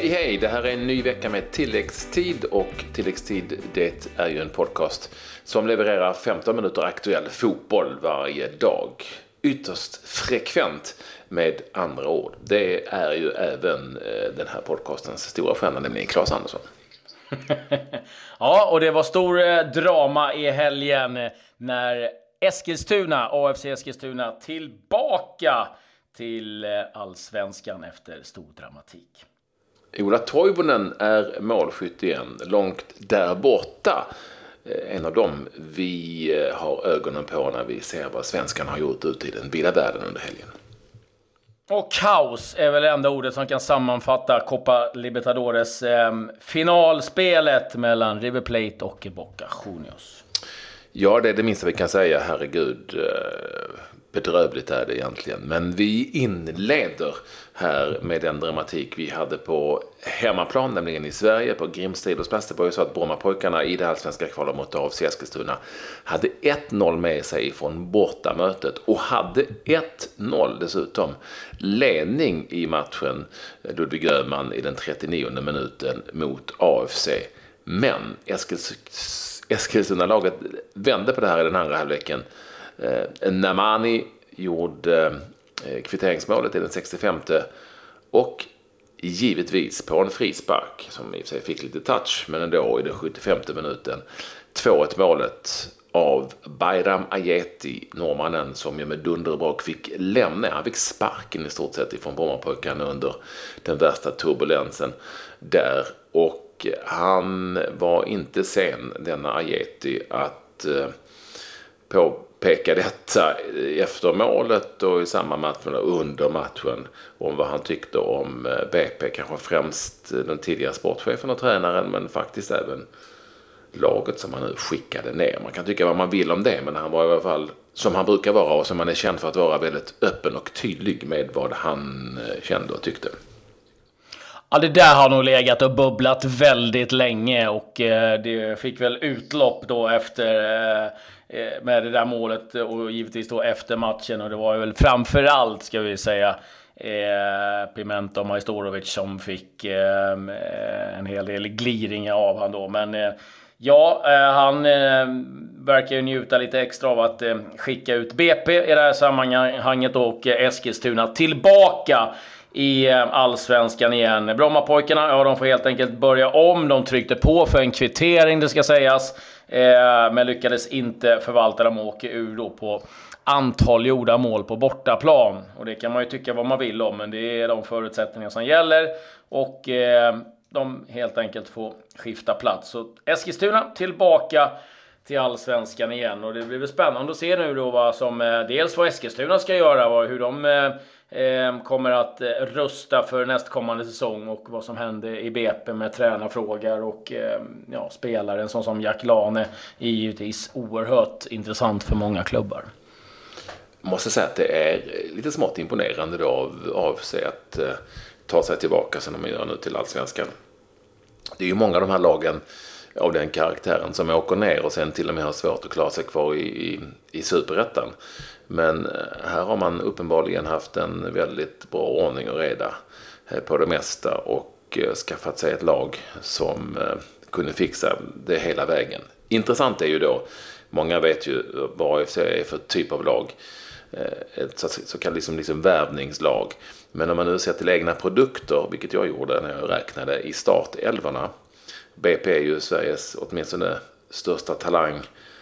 Hej, det här är en ny vecka med tilläggstid och tilläggstid det är ju en podcast som levererar 15 minuter aktuell fotboll varje dag. Ytterst frekvent med andra ord. Det är ju även den här podcastens stora stjärna, nämligen Claes Andersson. Ja, och det var stor drama i helgen när AFC Eskilstuna tillbaka till allsvenskan efter stor dramatik. Ola Toivonen är målskytt igen, långt där borta. En av dem vi har ögonen på när vi ser vad svenskarna har gjort ute i den vida världen under helgen. Och kaos är väl enda ordet som kan sammanfatta Copa Libertadores finalspelet mellan River Plate och Boca Juniors. Ja, det är det minsta vi kan säga. Herregud, bedrövligt är det egentligen. Men vi inleder här med den dramatik vi hade på hemmaplan, nämligen i Sverige på Grimstidlåsplats. Det var ju så att Brommapojkarna i det allsvenska kvalet mot AFC Eskilstuna hade 1-0 med sig från bortamötet och hade 1-0 dessutom ledning i matchen. Ludvig Öhman i den 39:e minuten mot AFC. Men Eskilstuna-laget vände på det här i den andra halvleken. Namani gjorde kvitteringsmålet i den 65:e och givetvis på en frispark som i och för sig fick lite touch, men ändå i den 75:e minuten 2-1 målet av Bayram Ajeti, norrmannen som ju med dunderbrak fick lämna. Han fick sparken i stort sett ifrån Brommapojkarna under den värsta turbulensen där, och han var inte sen, denna Ajeti, att påpeka detta efter målet och i samma match eller under matchen om vad han tyckte om BP, kanske främst den tidigare sportchefen och tränaren, men faktiskt även laget som han nu skickade ner. Man kan tycka vad man vill om det, men han var i alla fall, som han brukar vara och som han är känd för att vara, väldigt öppen och tydlig med vad han kände och tyckte. Ja, det där har nog legat och bubblat väldigt länge, och det fick väl utlopp då efter med det där målet och givetvis då efter matchen, och det var väl framförallt, ska vi säga, Pimenta Majstorovic som fick en hel del gliringar av han då, men han verkar ju njuta lite extra av att skicka ut BP i det här sammanhanget, och Eskilstuna tillbaka i allsvenskan igen. Brommapojkarna, ja, de får helt enkelt börja om. De tryckte på för en kvittering, det ska sägas, men lyckades inte förvalta dem och åka ur då på antal gjorda mål på bortaplan. Och det kan man ju tycka vad man vill om, men det är de förutsättningar som gäller, och de helt enkelt får skifta plats. Så Eskilstuna tillbaka till allsvenskan igen, och det blir väl spännande att se nu då vad Eskilstuna ska göra och hur de kommer att rösta för nästkommande säsong, och vad som händer i BP med tränarfrågor och spelare. En sån som Jack Lane är givetvis oerhört intressant för många klubbar. Jag måste säga att det är lite smått imponerande då av sig att ta sig tillbaka som de gör nu till allsvenskan. Det är ju många av de här lagen av den karaktären som åker ner och sen till och med har svårt att klara sig kvar i superettan. Men här har man uppenbarligen haft en väldigt bra ordning och reda på det mesta och skaffat sig ett lag som kunde fixa det hela vägen. Intressant är ju då, många vet ju vad AFC är för typ av lag, ett så kallat liksom värvningslag. Men om man nu ser till egna produkter, vilket jag gjorde när jag räknade i startelvorna, BP är ju Sveriges åtminstone största talang,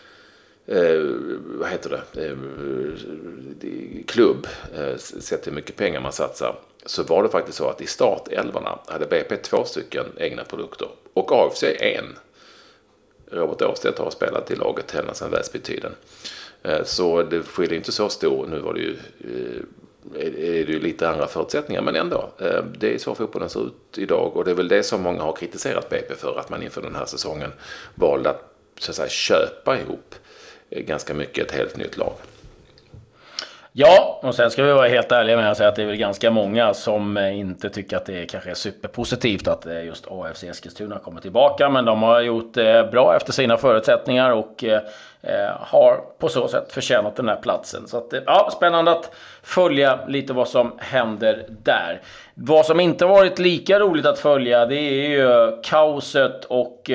klubb, sett hur mycket pengar man satsar, så var det faktiskt så att i startelvorna hade BP 2 stycken egna produkter och AFC 1. Robert Åstedt har spelat i laget hela sedan Väsby-tiden, så det skiljer inte så stor. Nu var det ju är det ju lite andra förutsättningar, men ändå, det är så fotbollen ser ut idag, och det är väl det som många har kritiserat BP för, att man inför den här säsongen valde att, så att säga, köpa ihop ganska mycket ett helt nytt lag. Ja, och sen ska vi vara helt ärliga med att säga att det är väl ganska många som inte tycker att det kanske är superpositivt att just AFC Eskilstuna kommer tillbaka. Men de har gjort bra efter sina förutsättningar och har på så sätt förtjänat den här platsen. Så att, ja, spännande att följa lite vad som händer där. Vad som inte varit lika roligt att följa, det är ju kaoset och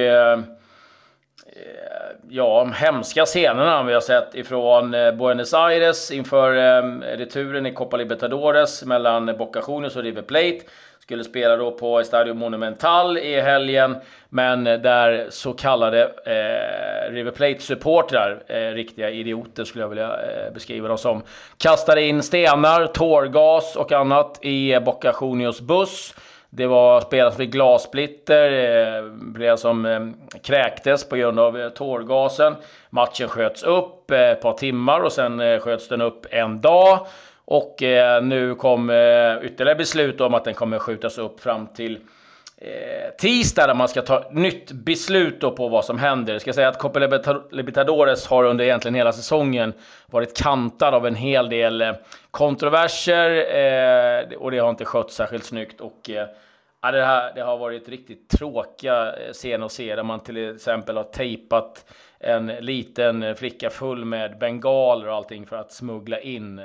hemska scenerna vi har sett ifrån Buenos Aires inför returen i Copa Libertadores mellan Boca Juniors och River Plate. Skulle spela då på Estadio Monumental i helgen, men där så kallade River Plate-supportrar, riktiga idioter skulle jag vilja beskriva dem som, kastade in stenar, tårgas och annat i Boca Juniors buss. Det var spelare som fick glassplitter, blev som kräktes på grund av tårgasen. Matchen sköts upp ett par timmar och sen sköts den upp en dag. Och nu kom ytterligare beslut om att den kommer skjutas upp fram till tisdag, där man ska ta nytt beslut då på vad som händer. Jag ska säga att Copa Libertadores har under egentligen hela säsongen varit kantad av en hel del kontroverser och det har inte skött särskilt snyggt. Och det har varit riktigt tråkiga scener att se, där man till exempel har tejpat en liten flicka full med bengaler och allting för att smuggla in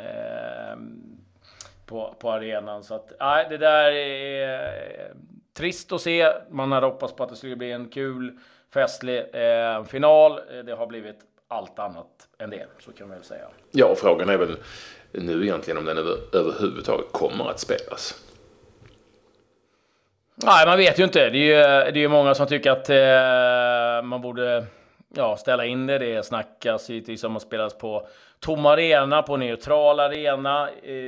på arenan. Så att det där är trist att se. Man hade hoppats på att det skulle bli en kul, festlig final. Det har blivit allt annat än det, så kan man väl säga. Ja, och frågan är väl nu egentligen om den överhuvudtaget kommer att spelas. Nej, man vet ju inte. Det är ju många som tycker att man borde ställa in det. Det snackas givetvis om att spelas på tom arena, på neutral arena.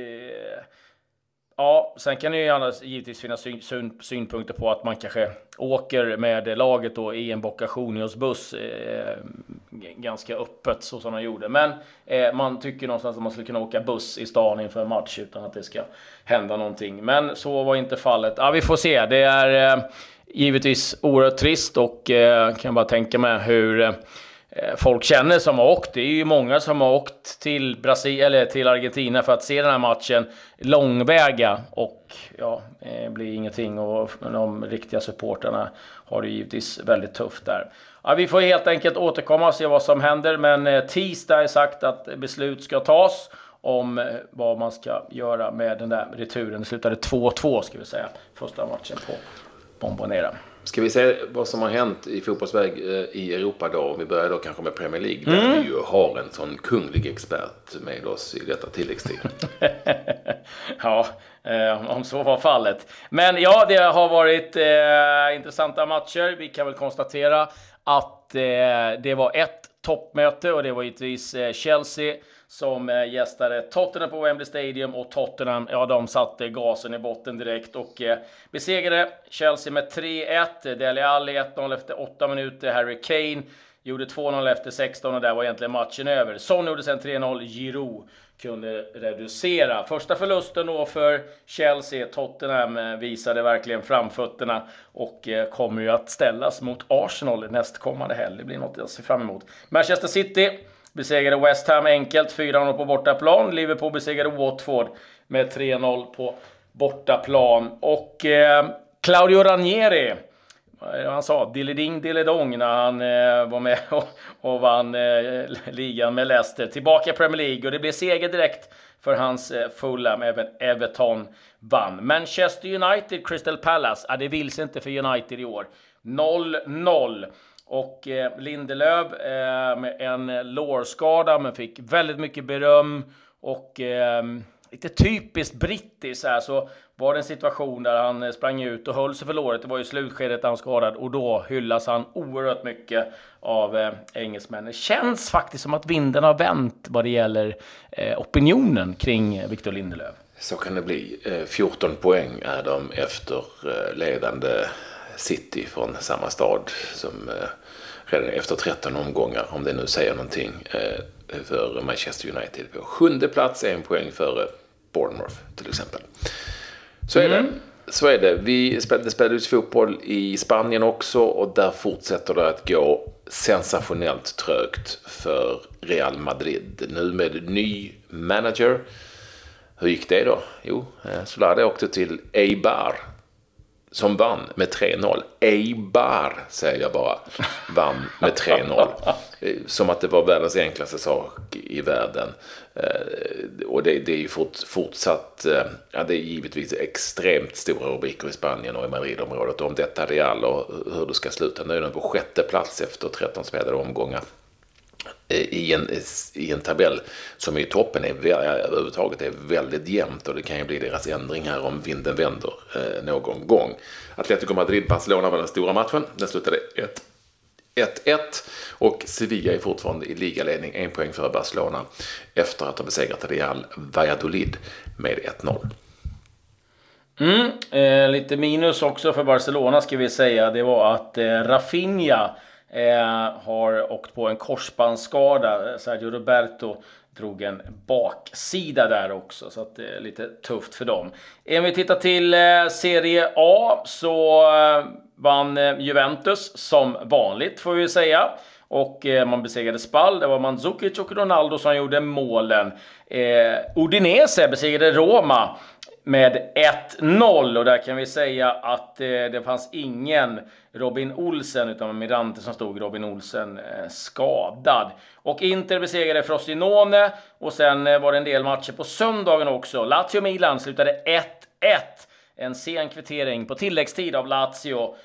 Sen kan det ju givetvis finnas synpunkter på att man kanske åker med laget då i en Boca Juniors buss ganska öppet så som de gjorde. Men man tycker någonstans att man skulle kunna åka buss i stan inför en match utan att det ska hända någonting. Men så var inte fallet. Vi får se. Det är givetvis oerhört trist och kan bara tänka mig hur folk känner som har åkt. Det är ju många som har åkt till Brasilien eller till Argentina för att se den här matchen långväga, och det blir ingenting, och de riktiga supporterna har det givetvis väldigt tufft där. Vi får helt enkelt återkomma och se vad som händer, men tisdag är sagt att beslut ska tas om vad man ska göra med den där returen. Det slutade 2-2 ska vi säga, första matchen på Bombonera. Ska vi se vad som har hänt i fotbollsväg i Europa då? Om vi börjar då kanske med Premier League, där vi ju har en sån kunglig expert med oss i detta tilläggstid. Om så var fallet. Men det har varit intressanta matcher. Vi kan väl konstatera att det var ett toppmöte, och det var givetvis Chelsea som gästade Tottenham på Wembley Stadium, och Tottenham, de satte gasen i botten direkt och besegrade Chelsea med 3-1. Dele Alli 1-0 efter 8 minuter. Harry Kane gjorde 2-0 efter 16 och där var egentligen matchen över. Son gjorde sen 3-0. Giroud kunde reducera. Första förlusten då för Chelsea. Tottenham visade verkligen framfötterna och kommer ju att ställas mot Arsenal nästkommande helg. Det blir något att se fram emot. Manchester City besegrade West Ham enkelt 4-0 på bortaplan. Liverpool besegrade Watford med 3-0 på bortaplan. Och Claudio Ranieri, han sa dilleding dilledong när han var med och vann ligan med Leicester. Tillbaka i Premier League, och det blev seger direkt för hans Fulham. Även Everton vann. Manchester United, Crystal Palace. Det vill sig inte för United i år. 0-0. Och Lindelöf med en lårskada, men fick väldigt mycket beröm. Och lite typiskt brittiskt här, så var det en situation där han sprang ut och höll sig för låret. Det var ju slutskedet han skadad, och då hyllas han oerhört mycket av engelsmännen. Det känns faktiskt som att vinden har vänt vad det gäller opinionen kring Victor Lindelöf. Så kan det bli. 14 poäng är de efter ledande City från samma stad som redan efter 13 omgångar, om det nu säger någonting, för Manchester United. På 7:e plats, 1 poäng före Bournemouth till exempel. Så är det. Så är det. Det spelades fotboll i Spanien också och där fortsätter det att gå sensationellt trögt för Real Madrid. Nu med ny manager. Hur gick det då? Jo, Solari åkte till Eibar som vann med 3-0. Eibar, säger jag bara, vann med 3-0. Som att det var världens enklaste sak i världen. Och det är ju fortsatt, det är givetvis extremt stora rubriker i Spanien och i Madridområdet om detta Real och hur det ska sluta. Nu är de på 6:e plats efter 13 spelade omgångar. I en tabell som i toppen överhuvudtaget är väldigt jämnt och det kan ju bli deras ändring här om vinden vänder någon gång. Atletico Madrid-Barcelona var den stora matchen. Den slutade 1-1 och Sevilla är fortfarande i ligaledning 1 poäng före Barcelona efter att ha besegrat Real Valladolid med 1-0. Lite minus också för Barcelona ska vi säga. Det var att Rafinha har åkt på en korsbandsskada. Sergio Roberto drog en baksida där också, så att det är lite tufft för dem. Om vi tittar till Serie A så vann Juventus som vanligt får vi säga. Och man besegrade Spal, det var Mandzukic och Ronaldo som gjorde målen. Udinese besegrade Roma med 1-0 och där kan vi säga att det fanns ingen Robin Olsen utan Mirante som stod Robin Olsen skadad. Och Inter besegrade Frosinone och sen var det en del matcher på söndagen också. Lazio-Milan slutade 1-1. En sen kvittering på tilläggstid av Lazio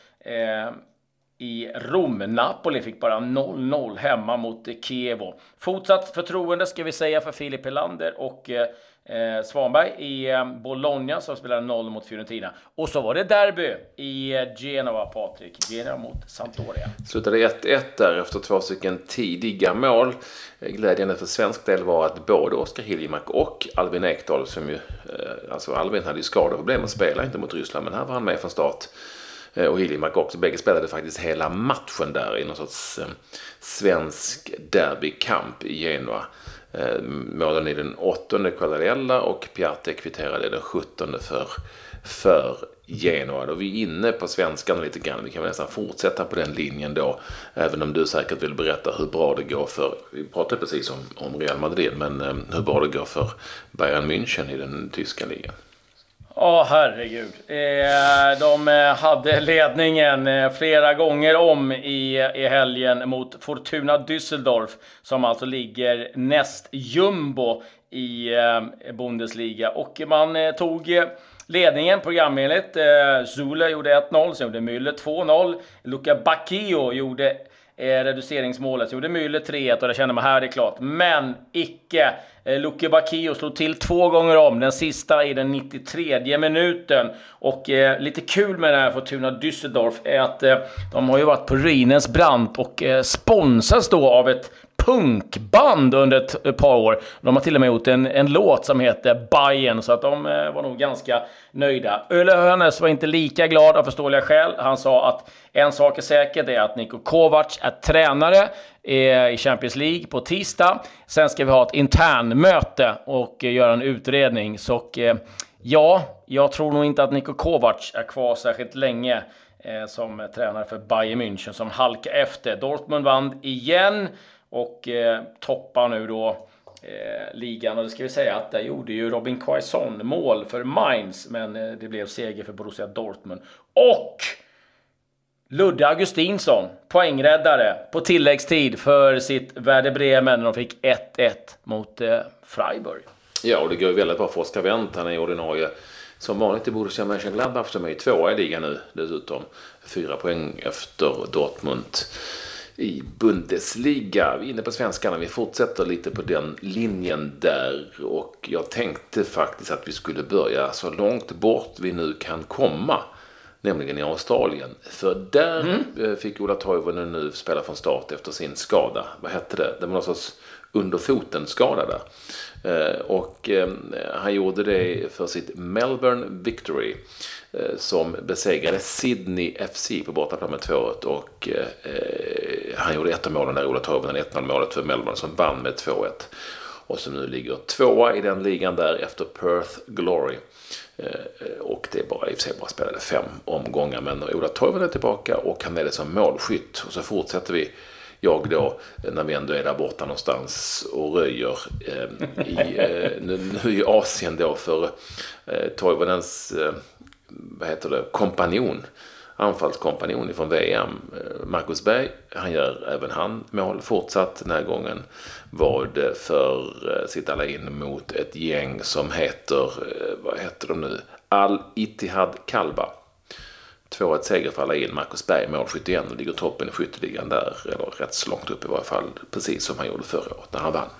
i Rom. Napoli fick bara 0-0 hemma mot Chievo. Fortsatt förtroende ska vi säga för Filip Helander och Svanberg i Bologna som spelade 0 mot Fiorentina. Och så var det derby i Genova, Patrik. Genova mot Sampdoria. Slutade 1-1 där efter 2 stycken tidiga mål. Glädjande för svensk del var att både Oskar Hiljemark och Albin Ekdal som ju, alltså Albin hade ju skadeproblem och spelade inte mot Ryssland men här var han med från start. Och Hiljemark också, bägge spelade faktiskt hela matchen där i någon sorts svensk derbykamp i Genua. Målen i den 8:e Quagliarella och Piatti kvitterade den 17:e för Genoa. Då är vi inne på svenskan lite grann. Vi kan väl nästan fortsätta på den linjen då. Även om du säkert vill berätta hur bra det går för, vi pratar precis om Real Madrid, men hur bra det går för Bayern München i den tyska ligan. Herregud. De hade ledningen flera gånger om i helgen mot Fortuna Düsseldorf som alltså ligger näst jumbo i Bundesliga. Och man tog ledningen programenligt. Zule gjorde 1-0, sen gjorde Müller 2-0. Luca Bacchio gjorde reduceringsmålet. Så gjorde Müller 3-1 och det kände man här är det klart. Men icke. Luca Bacchio slog till 2 gånger om. Den sista i den 93:e minuten. Och lite kul med det här Fortuna Düsseldorf är att de har ju varit på ruinens brant och sponsras då av ett punkband under ett par år. De har till och med gjort en låt som heter Bayern, så att de var nog ganska nöjda. Öle Hönes var inte lika glad av förståeliga skäl. Han sa att en sak är säker, det är att Niko Kovac är tränare i Champions League på tisdag. Sen ska vi ha ett internmöte och göra en utredning. Så jag tror nog inte att Niko Kovac är kvar särskilt länge som tränare för Bayern München som halkar efter. Dortmund vann igen och toppar nu då ligan. Och det ska vi säga att där gjorde ju Robin Quaison mål för Mainz, men det blev seger för Borussia Dortmund. Och Ludde Augustinsson, poängräddare på tilläggstid för sitt Werder Bremen. De fick 1-1 mot Freiburg. Ja, och det går väldigt bra för Oskar Wendt. Han är ordinarie som vanligt i Borussia Mönchengladbach som är 2 i ligan nu dessutom. 4 poäng efter Dortmund i Bundesliga. Vi är inne på svenskarna. Vi fortsätter lite på den linjen där. Och jag tänkte faktiskt att vi skulle börja så långt bort vi nu kan komma. Nämligen i Australien. För där fick Ola Toivonen nu spela från start efter sin skada. Vad hette det? Det var någon sorts underfoten skada där. Och han gjorde det för sitt Melbourne Victory som besegrade Sydney FC på bortaplan med 2-1 och han gjorde ett av målen där, Ola Toivonen 1-0 målet för Melbourne som vann med 2-1. och som nu ligger 2 i den ligan där efter Perth Glory. Och det är bara i och för sig bara spelade 5 omgångar, men Ola Toivonen är tillbaka och han är det som målskytt. Och så fortsätter jag då, när vi ändå är där borta någonstans och röjer nu i Asien då för Toivonens kompanjon, anfallskompanjon från VM, Marcus Berg. Han gör även han mål fortsatt. Den här gången var det för sitt alla in mot ett gäng som heter, vad heter de nu? Al-Ittihad Kalba. 2-1 seger för alla in. Marcus Berg målskytt igen och ligger toppen i skytteligan där, eller rätt så långt upp i varje fall, precis som han gjorde förra året när han vann.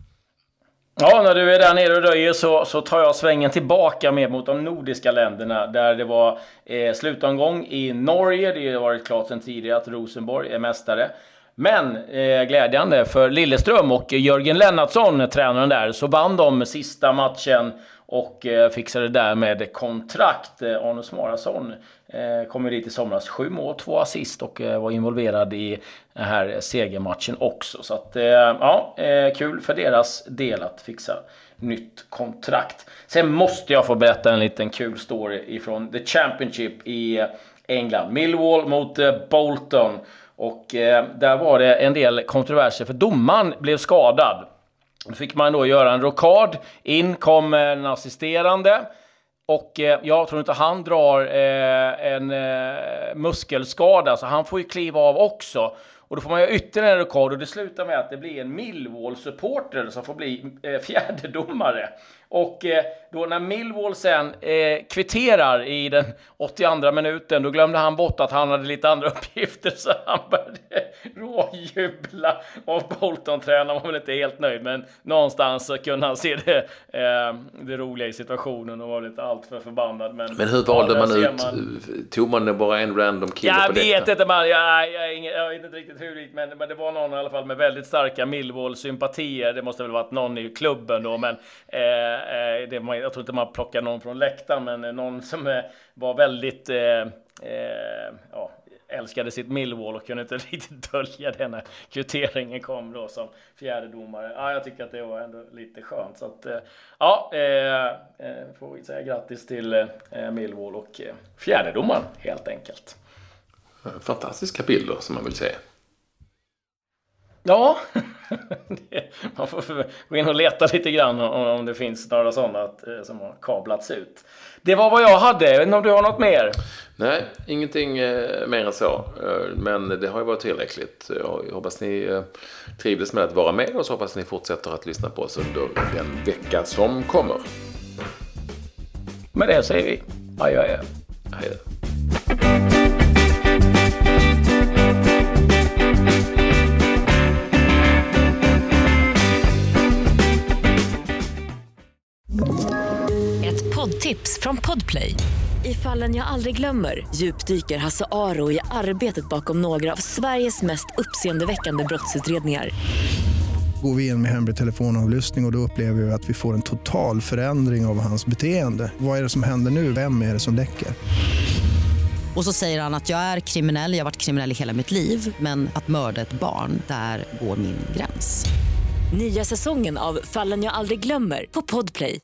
Ja, när du är där nere och röjer så tar jag svängen tillbaka med mot de nordiska länderna där det var slutomgång i Norge. Det har varit klart sedan tidigare att Rosenborg är mästare. Men glädjande för Lilleström och Jörgen Lennartsson, tränaren där, så vann de sista matchen och fixade därmed kontrakt. Arne Smarason kom dit i somras, 7 mål, 2 assist och var involverad i den här segermatchen också. Så att kul för deras del att fixa nytt kontrakt. Sen måste jag få berätta en liten kul story ifrån The Championship i England. Millwall mot Bolton. Och där var det en del kontroverser för domaren blev skadad. Då fick man då göra en rockad. In kom en assisterande. Och jag tror inte han drar en muskelskada, så han får ju kliva av också. Och då får man göra ytterligare en rockad och det slutar med att det blir en Millwall-supporter som får bli fjärde domare. Och då när Millwall sen kvitterar i den 82:a minuten, då glömde han bort att han hade lite andra uppgifter, så han började råjubla. Och Bolton-tränaren var väl inte helt nöjd, men någonstans så kunde han se det roliga i situationen och var lite allt för förbannad. Men hur valde man ut? Tog man bara en random kille på det? Jag vet inte, jag vet inte riktigt hur det gick, men det var någon i alla fall med väldigt starka Millwall-sympatier. Det måste väl varit någon i klubben då, men jag tror inte man plockar någon från läktaren, men någon som var väldigt älskade sitt Millwall och kunde inte riktigt dölja det när kvitteringen kom då som fjärde domare. Jag tycker att det var ändå lite skönt. Så att får vi säga grattis till Millwall och fjärde domaren helt enkelt. Fantastiska bilder som man vill säga. Ja, man får gå in och leta lite grann om det finns några sådana som har kablats ut. Det var vad jag hade. Jag vet inte om du har något mer? Nej, ingenting mer än så. Men det har ju varit tillräckligt. Jag hoppas ni trivdes med att vara med och så hoppas ni fortsätter att lyssna på oss under den vecka som kommer. Med det säger vi adjö. Hej då. Poddtips från Podplay. I Fallen jag aldrig glömmer djupdyker Hasse Aro i arbetet bakom några av Sveriges mest uppseendeväckande brottsutredningar. Går vi in med hemlig telefonavlyssning och då upplever vi att vi får en total förändring av hans beteende. Vad är det som händer nu? Vem är det som läcker? Och så säger han att jag är kriminell, jag har varit kriminell i hela mitt liv, men att mörda ett barn, där går min gräns. Nya säsongen av Fallen jag aldrig glömmer på Podplay.